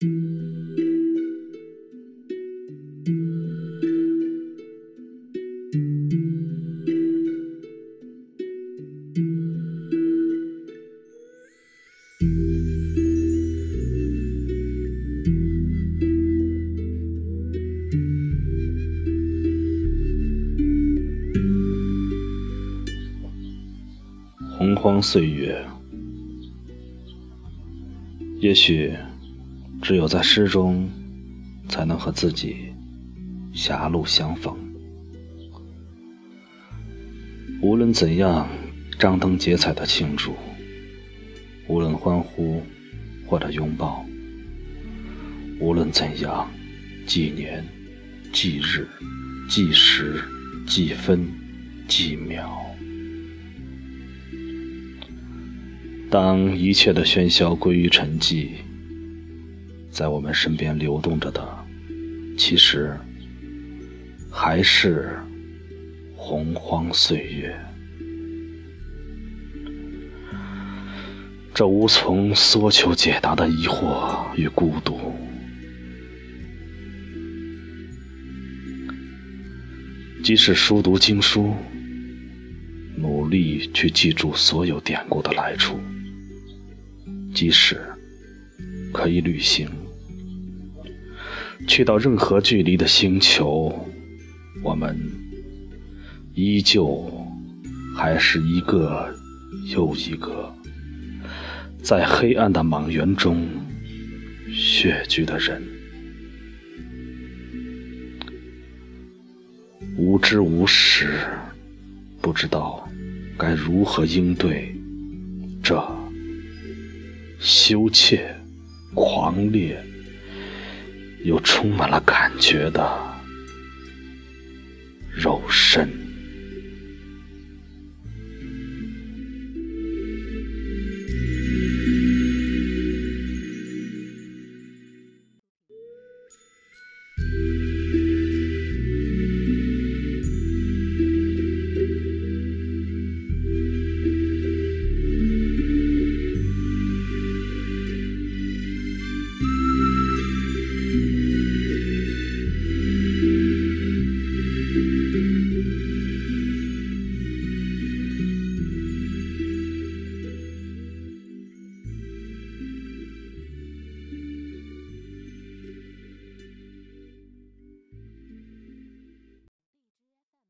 洪荒岁月，也许只有在诗中才能和自己狭路相逢。无论怎样张灯结彩的庆祝，无论欢呼或者拥抱，无论怎样纪年、纪日、计时、计分、计秒，当一切的喧嚣归于沉寂，在我们身边流动着的，其实还是洪荒岁月。这无从索求解答的疑惑与孤独，即使熟读经书，努力去记住所有典故的来处，即使可以旅行，去到任何距离的星球，我们依旧还是一个又一个在黑暗的莽原中血居的人，无知无识，不知道该如何应对这羞怯、狂烈又充满了感觉的肉身。